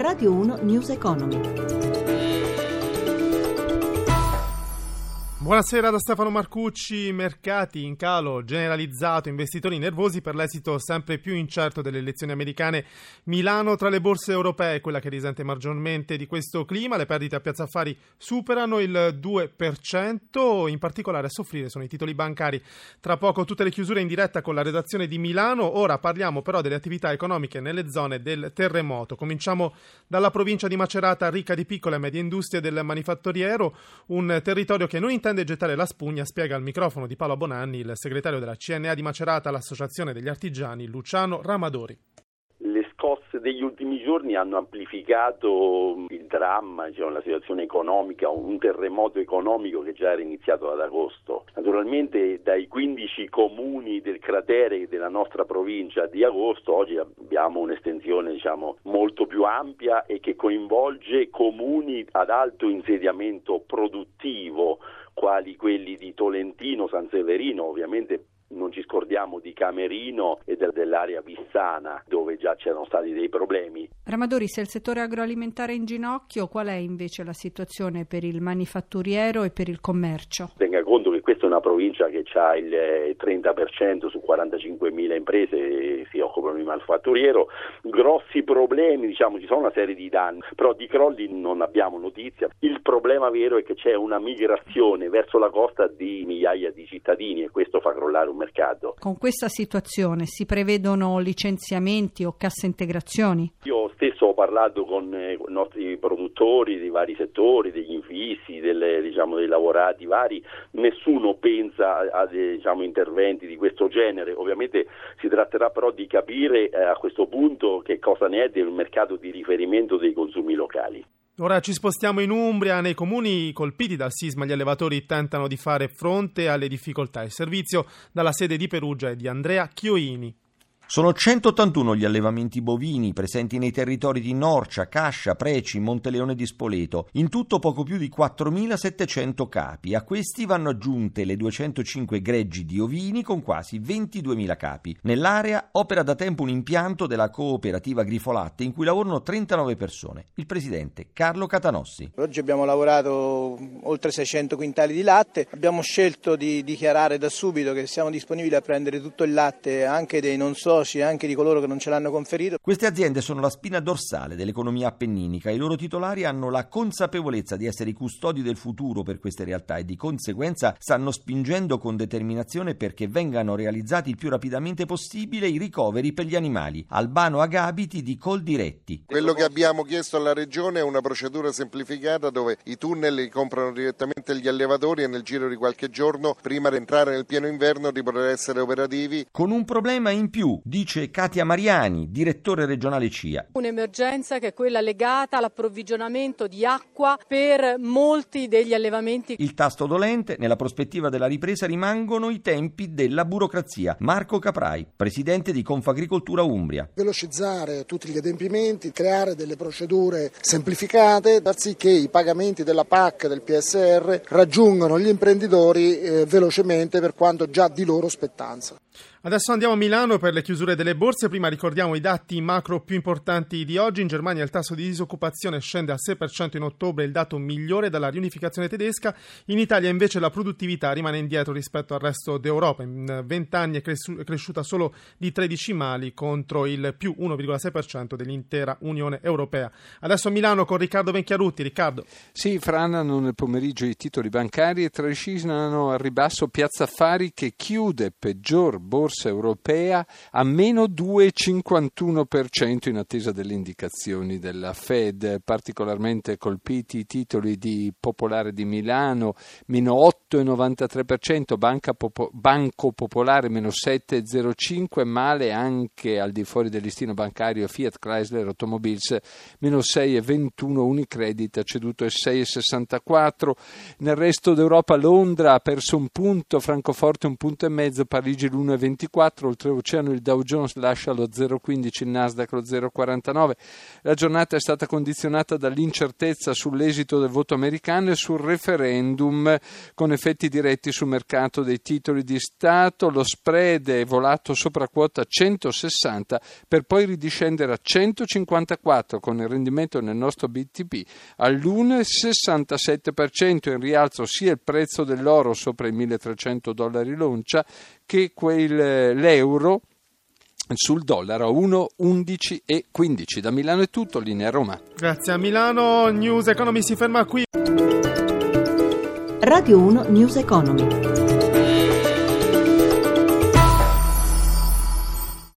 Radio 1 News Economy. Buonasera da Stefano Marcucci. Mercati in calo generalizzato, investitori nervosi per l'esito sempre più incerto delle elezioni americane. Milano tra le borse europee, quella che risente maggiormente di questo clima. Le perdite a Piazza Affari superano il 2%, in particolare a soffrire sono i titoli bancari. Tra poco tutte le chiusure in diretta con la redazione di Milano. Ora parliamo però delle attività economiche nelle zone del terremoto. Cominciamo dalla provincia di Macerata, ricca di piccole e medie industrie del manifatturiero, un territorio che non intende gettare la spugna, spiega al microfono di Paolo Bonanni il segretario della CNA di Macerata, l'Associazione degli Artigiani, Luciano Ramadori. Le scosse degli ultimi giorni hanno amplificato il dramma, la situazione economica, un terremoto economico che già era iniziato ad agosto. Naturalmente dai 15 comuni del cratere della nostra provincia di agosto, oggi abbiamo un'estensione molto più ampia e che coinvolge comuni ad alto insediamento produttivo, quali quelli di Tolentino, San Severino, ovviamente non ci scordiamo di Camerino e dell'area Vissana, dove già c'erano stati dei problemi. Ramadori, se il settore agroalimentare è in ginocchio, qual è invece la situazione per il manifatturiero e per il commercio? Tenga conto che questa è una provincia che ha il 30% su 45.000 imprese che si occupano di manifatturiero. Grossi problemi, ci sono una serie di danni, però di crolli non abbiamo notizia. Il problema vero è che c'è una migrazione verso la costa di migliaia di cittadini e questo fa crollare un mercato. Con questa situazione si prevedono licenziamenti o casse integrazioni? Io stesso ho parlato con i nostri produttori di vari settori, degli infissi, dei lavorati vari. Nessuno pensa a interventi di questo genere. Ovviamente si tratterà però di capire a questo punto che cosa ne è del mercato di riferimento dei consumi locali. Ora ci spostiamo in Umbria. Nei comuni colpiti dal sisma gli allevatori tentano di fare fronte alle difficoltà. Il servizio dalla sede di Perugia è di Andrea Chioini. Sono 181 gli allevamenti bovini presenti nei territori di Norcia, Cascia, Preci, Monteleone di Spoleto. In tutto poco più di 4.700 capi. A questi vanno aggiunte le 205 greggi di ovini con quasi 22.000 capi. Nell'area opera da tempo un impianto della cooperativa Grifolatte in cui lavorano 39 persone. Il presidente Carlo Catanossi. Oggi abbiamo lavorato oltre 600 quintali di latte. Abbiamo scelto di dichiarare da subito che siamo disponibili a prendere tutto il latte anche dei non soci, anche di coloro che non ce l'hanno conferito. Queste aziende sono la spina dorsale dell'economia appenninica. I loro titolari hanno la consapevolezza di essere i custodi del futuro per queste realtà e di conseguenza stanno spingendo con determinazione perché vengano realizzati il più rapidamente possibile i ricoveri per gli animali. Albano Agabiti di Coldiretti. Quello che abbiamo chiesto alla Regione è una procedura semplificata dove i tunnel li comprano direttamente gli allevatori e nel giro di qualche giorno, prima di entrare nel pieno inverno, di poter essere operativi. Con un problema in più, dice Katia Mariani, direttore regionale CIA. Un'emergenza che è quella legata all'approvvigionamento di acqua per molti degli allevamenti. Il tasto dolente, nella prospettiva della ripresa, rimangono i tempi della burocrazia. Marco Caprai, presidente di Confagricoltura Umbria. Velocizzare tutti gli adempimenti, creare delle procedure semplificate, far sì che i pagamenti della PAC, del PSR, raggiungano gli imprenditori velocemente per quanto già di loro spettanza. Adesso andiamo a Milano per le chiusure delle borse. Prima ricordiamo i dati macro più importanti di oggi. In Germania il tasso di disoccupazione scende al 6% in ottobre, il dato migliore dalla riunificazione tedesca. In Italia invece la produttività rimane indietro rispetto al resto d'Europa. In 20 anni è cresciuta solo di 13 mali contro il più 1,6% dell'intera Unione Europea. Adesso a Milano con Riccardo Venchiarutti. Riccardo. Sì, franano nel pomeriggio i titoli bancari e trascinano al ribasso Piazza Affari che chiude peggior borsa europea a meno 2,51% in attesa delle indicazioni della Fed. Particolarmente colpiti i titoli di Popolare di Milano, meno 8,93%, Banco Popolare meno 7,05%, male anche al di fuori del listino bancario Fiat Chrysler Automobiles meno 6,21%, Unicredit ha ceduto 6,64%. Nel resto d'Europa Londra ha perso un punto, Francoforte 1,5 punti, Parigi l'1,28%, 0,24, oltreoceano il Dow Jones lascia lo 0,15, il Nasdaq lo 0,49. La giornata è stata condizionata dall'incertezza sull'esito del voto americano e sul referendum, con effetti diretti sul mercato dei titoli di Stato. Lo spread è volato sopra quota 160 per poi ridiscendere a 154, con il rendimento nel nostro BTP all'1,67%, in rialzo sia il prezzo dell'oro sopra i $1.300 l'oncia che l'euro sul dollaro a 1,11,15. Da Milano è tutto, linea Roma. Grazie a Milano. News Economy si ferma qui. Radio 1 News Economy.